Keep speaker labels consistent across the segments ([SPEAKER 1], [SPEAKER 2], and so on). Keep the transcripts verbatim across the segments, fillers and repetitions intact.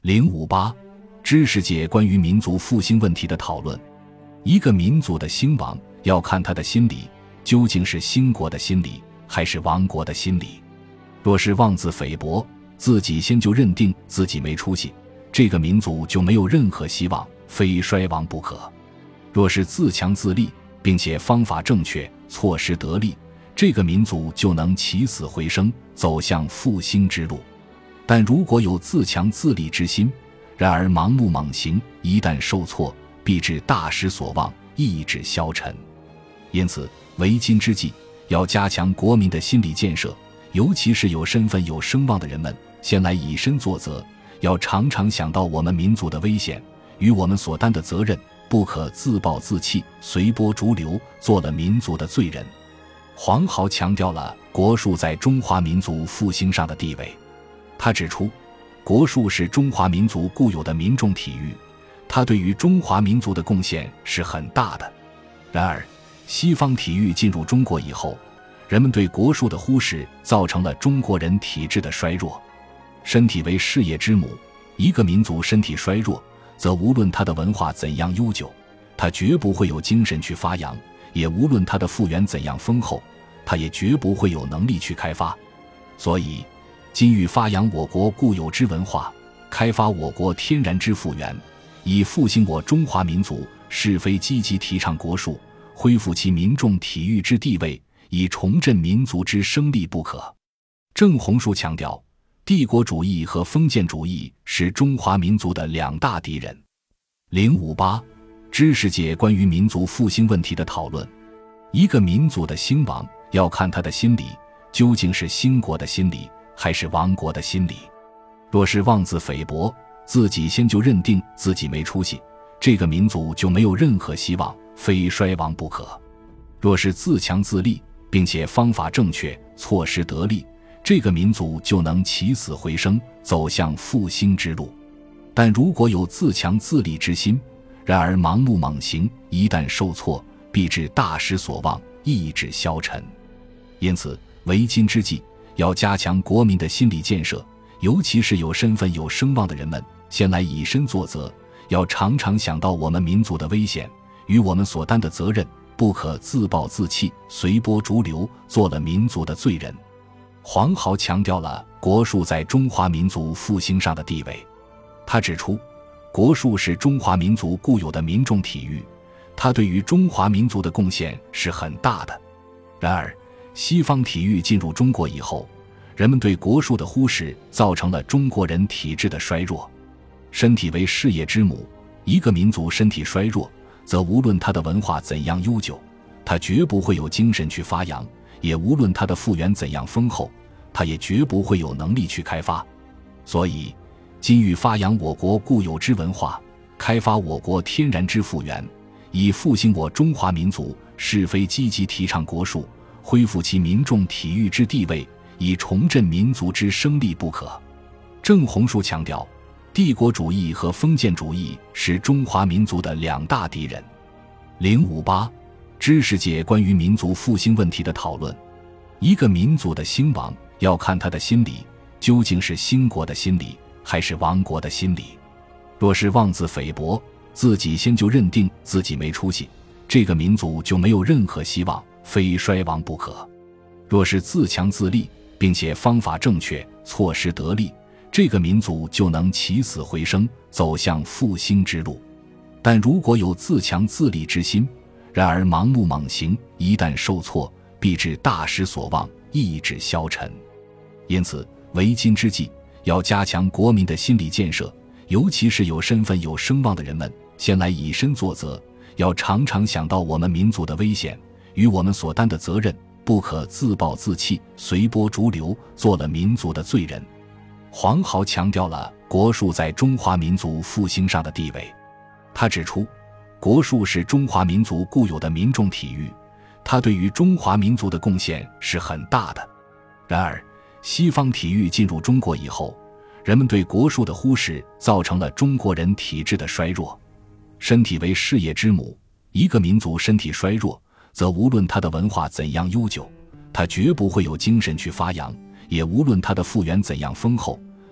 [SPEAKER 1] 零五八知识界关于民族复兴问题的讨论。一个民族的兴亡要看他的心理，究竟是兴国的心理还是亡国的心理。若是妄自菲薄，自己先就认定自己没出息，这个民族就没有任何希望，非衰亡不可。若是自强自立，并且方法正确，措施得力，这个民族就能起死回生，走向复兴之路。但如果有自强自立之心，然而盲目猛行，一旦受挫，必致大失所望，意志消沉。因此为今之计，要加强国民的心理建设，尤其是有身份有声望的人们，先来以身作则，要常常想到我们民族的危险与我们所担的责任，不可自暴自弃，随波逐流，做了民族的罪人。黄豪强调了国术在中华民族复兴上的地位。他指出，国术是中华民族固有的民众体育，它对于中华民族的贡献是很大的。然而西方体育进入中国以后，人们对国术的忽视造成了中国人体质的衰弱。身体为事业之母，一个民族身体衰弱，则无论他的文化怎样悠久，他绝不会有精神去发扬，也无论他的复原怎样丰厚，他也绝不会有能力去开发。所以今欲发扬我国固有之文化，开发我国天然之复原，以复兴我中华民族，是非积极提倡国术，恢复其民众体育之地位，以重振民族之生力不可。郑弘书强调，帝国主义和封建主义是中华民族的两大敌人。零五八知识界关于民族复兴问题的讨论。一个民族的兴亡要看他的心理，究竟是兴国的心理还是亡国的心理。若是妄自菲薄，自己先就认定自己没出息，这个民族就没有任何希望，非衰亡不可。若是自强自立，并且方法正确，措施得力，这个民族就能起死回生，走向复兴之路。但如果有自强自立之心，然而盲目猛行，一旦受挫，必致大失所望，意志消沉。因此为今之计，要加强国民的心理建设，尤其是有身份有声望的人们，先来以身作则，要常常想到我们民族的危险与我们所担的责任，不可自暴自弃，随波逐流，做了民族的罪人。黄豪强调了国术在中华民族复兴上的地位。他指出，国术是中华民族固有的民众体育，它对于中华民族的贡献是很大的。然而西方体育进入中国以后，人们对国术的忽视造成了中国人体质的衰弱。身体为事业之母，一个民族身体衰弱，则无论他的文化怎样悠久，他绝不会有精神去发扬，也无论他的复原怎样丰厚，他也绝不会有能力去开发。所以今欲发扬我国固有之文化，开发我国天然之复原，以复兴我中华民族，是非积极提倡国术，恢复其民众体育之地位，以重振民族之生力不可。郑弘书强调，帝国主义和封建主义是中华民族的两大敌人。零五八知识界关于民族复兴问题的讨论。一个民族的兴亡要看他的心理，究竟是兴国的心理还是亡国的心理。若是妄自菲薄，自己先就认定自己没出息，这个民族就没有任何希望，非衰亡不可。若是自强自立，并且方法正确，措施得力，这个民族就能起死回生，走向复兴之路。但如果有自强自立之心，然而盲目猛行，一旦受挫，必致大失所望，意志消沉。因此为今之计，要加强国民的心理建设，尤其是有身份有声望的人们，先来以身作则，要常常想到我们民族的危险与我们所担的责任，不可自暴自弃，随波逐流，做了民族的罪人。黄豪强调了国术在中华民族复兴上的地位。他指出，国术是中华民族固有的民众体育，它对于中华民族的贡献是很大的。然而西方体育进入中国以后，人们对国术的忽视造成了中国人体质的衰弱。身体为事业之母，一个民族身体衰弱，则无论他的文化怎样悠久，他绝不会有精神去发扬，也无论他的复原怎样丰厚，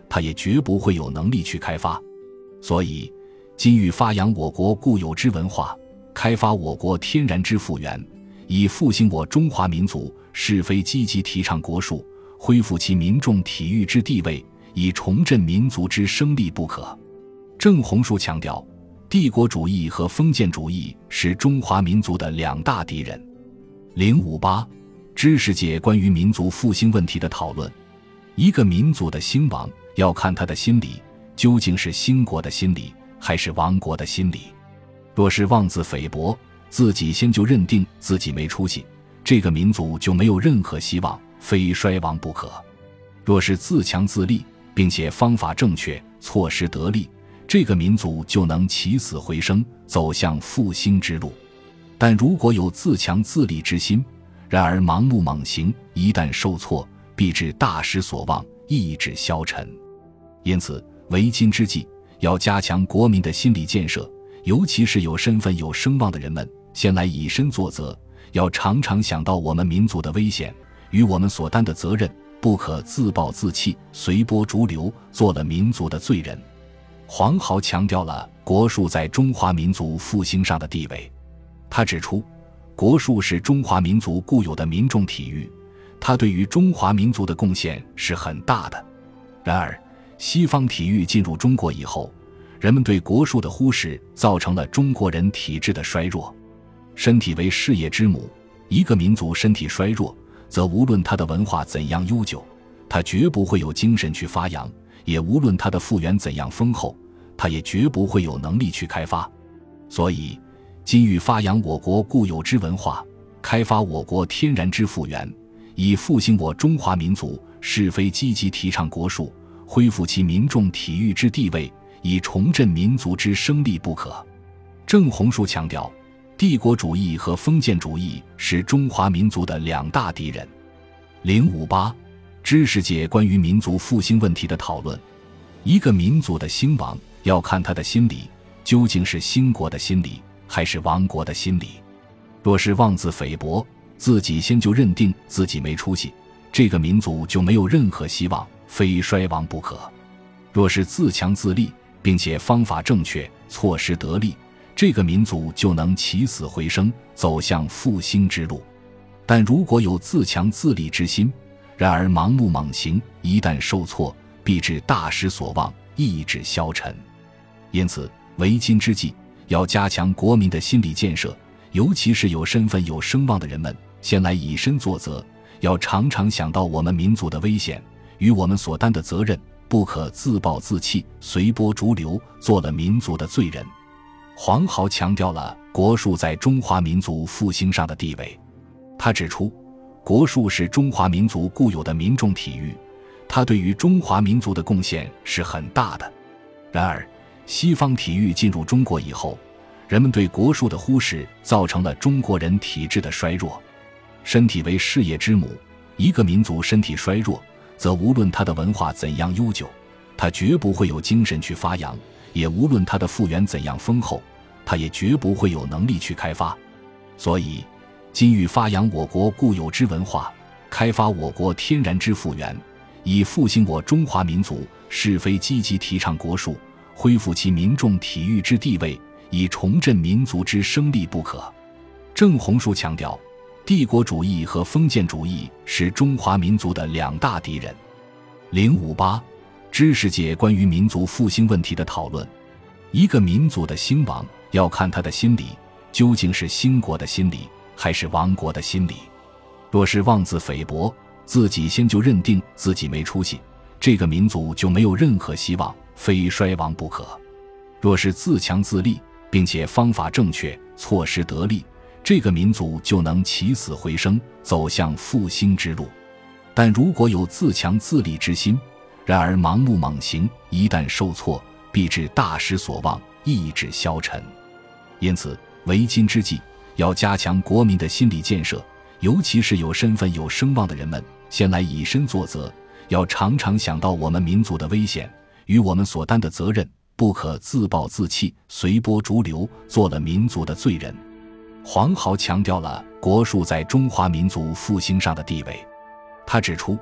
[SPEAKER 1] 他也绝不会有能力去开发。所以今欲发扬我国固有之文化，开发我国天然之复原，以复兴我中华民族，是非积极提倡国术，恢复其民众体育之地位，以重振民族之生力不可。郑弘树强调，帝国主义和封建主义是中华民族的两大敌人。零五八知识界关于民族复兴问题的讨论。一个民族的兴亡，要看他的心理究竟是兴国的心理，还是亡国的心理。若是妄自菲薄，自己先就认定自己没出息，这个民族就没有任何希望，非衰亡不可。若是自强自立，并且方法正确，措施得力，这个民族就能起死回生，走向复兴之路。但如果有自强自立之心，然而盲目猛行，一旦受挫，必致大失所望，意志消沉。因此为今之计，要加强国民的心理建设，尤其是有身份有声望的人们，先来以身作则，要常常想到我们民族的危险与我们所担的责任，不可自暴自弃，随波逐流，做了民族的罪人。黄豪强调了国术在中华民族复兴上的地位。他指出，国术是中华民族固有的民众体育，它对于中华民族的贡献是很大的。然而西方体育进入中国以后，人们对国术的忽视，造成了中国人体质的衰弱。身体为事业之母，一个民族身体衰弱，则无论他的文化怎样悠久，他绝不会有精神去发扬，也无论他的复原怎样丰厚，他也绝不会有能力去开发。所以今欲发扬我国固有之文化，开发我国天然之复原，以复兴我中华民族，是非积极提倡国术，恢复其民众体育之地位，以重振民族之生力不可。郑弘树强调，帝国主义和封建主义是中华民族的两大敌人。零五八知识界关于民族复兴问题的讨论。一个民族的兴亡，要看他的心理究竟是兴国的心理，还是亡国的心理。若是妄自菲薄，自己先就认定自己没出息，这个民族就没有任何希望，非衰亡不可。若是自强自立，并且方法正确，措施得力，这个民族就能起死回生，走向复兴之路。但如果有自强自立之心，然而盲目猛行，一旦受挫，必致大失所望，意志消沉。因此为今之计，要加强国民的心理建设，尤其是有身份有声望的人们，先来以身作则，要常常想到我们民族的危险与我们所担的责任，不可自暴自弃，随波逐流，做了民族的罪人。黄豪强调了国术在中华民族复兴上的地位。他指出，国术是中华民族固有的民众体育，它对于中华民族的贡献是很大的。然而西方体育进入中国以后，人们对国术的忽视，造成了中国人体质的衰弱。身体为事业之母，一个民族身体衰弱，则无论他的文化怎样悠久，他绝不会有精神去发扬，也无论他的复原怎样丰厚，他也绝不会有能力去开发。所以今欲发扬我国固有之文化，开发我国天然之复原，以复兴我中华民族，是非积极提倡国术，恢复其民众体育之地位，以重振民族之生力不可。郑弘树强调，帝国主义和封建主义是中华民族的两大敌人。零五八知识界关于民族复兴问题的讨论。一个民族的兴亡，要看他的心理究竟是兴国的心理，还是亡国的心理。若是妄自菲薄，自己先就认定自己没出息，这个民族就没有任何希望，非衰亡不可。若是自强自立，并且方法正确，措施得力，这个民族就能起死回生，走向复兴之路。但如果有自强自立之心，然而盲目猛行，一旦受挫，必致大失所望，意志消沉。因此为今之计，要加强国民的心理建设，尤其是有身份有声望的人们，先来以身作则，要常常想到我们民族的危险与我们所担的责任，不可自暴自弃，随波逐流，做了民族的罪人。黄豪强调了国术在中华民族复兴上的地位。他指出，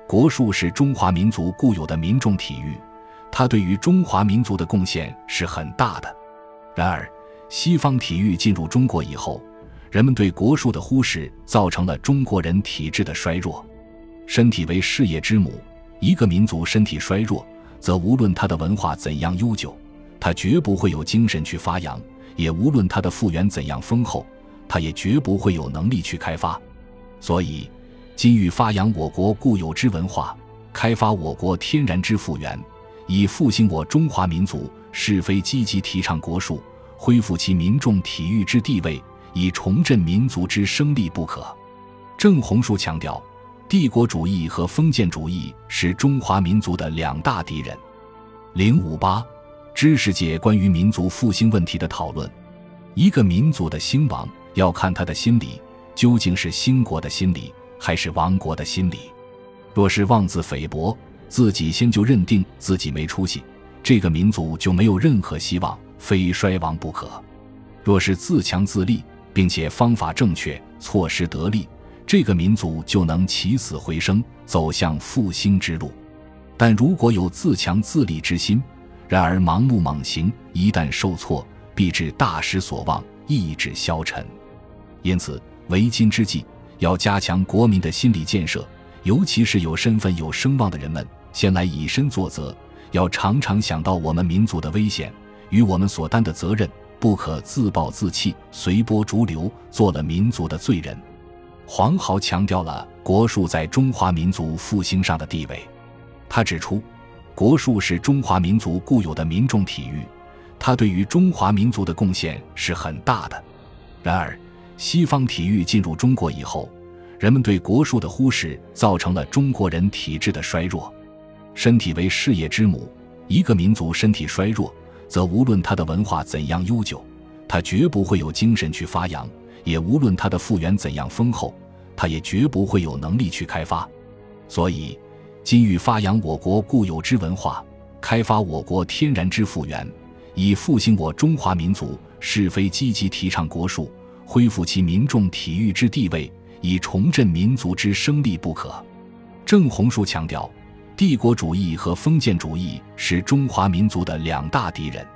[SPEAKER 1] 国术是中华民族固有的民众体育，它对于中华民族的贡献是很大的。然而，西方体育进入中国以后，人们对国术的忽视造成了中国人体质的衰弱。身体为事业之母，一个民族身体衰弱，则无论他的文化怎样悠久，他绝不会有精神去发扬，也无论他的复原怎样丰厚，他也绝不会有能力去开发。所以今欲发扬我国固有之文化，开发我国天然之复原，以复兴我中华民族，是非积极提倡国术，恢复其民众体育之地位，以重振民族之生力不可。郑弘书强调，帝国主义和封建主义是中华民族的两大敌人。零五八知识界关于民族复兴问题的讨论。一个民族的兴亡，要看他的心理究竟是兴国的心理，还是亡国的心理。若是妄自菲薄，自己先就认定自己没出息，这个民族就没有任何希望，非衰亡不可。若是自强自立，并且方法正确，措施得力，这个民族就能起死回生，走向复兴之路。但如果有自强自立之心，然而盲目猛行，一旦受挫，必致大失所望，意志消沉。因此为今之计，要加强国民的心理建设，尤其是有身份有声望的人们，先来以身作则，要常常想到我们民族的危险与我们所担的责任，不可自暴自弃，随波逐流，做了民族的罪人。黄豪强调了国术在中华民族复兴上的地位。他指出，国术是中华民族固有的民众体育，它对于中华民族的贡献是很大的。然而，西方体育进入中国以后，人们对国术的忽视造成了中国人体质的衰弱。身体为事业之母，一个民族身体衰弱，则无论他的文化怎样悠久，他绝不会有精神去发扬，也无论他的复原怎样丰厚，他也绝不会有能力去开发。所以今欲发扬我国固有之文化，开发我国天然之复原，以复兴我中华民族，是非积极提倡国术，恢复其民众体育之地位，以重振民族之生力不可。郑弘书强调，帝国主义和封建主义是中华民族的两大敌人。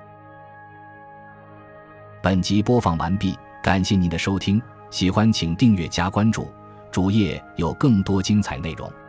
[SPEAKER 1] 本集播放完毕，感谢您的收听，喜欢请订阅加关注，主页有更多精彩内容。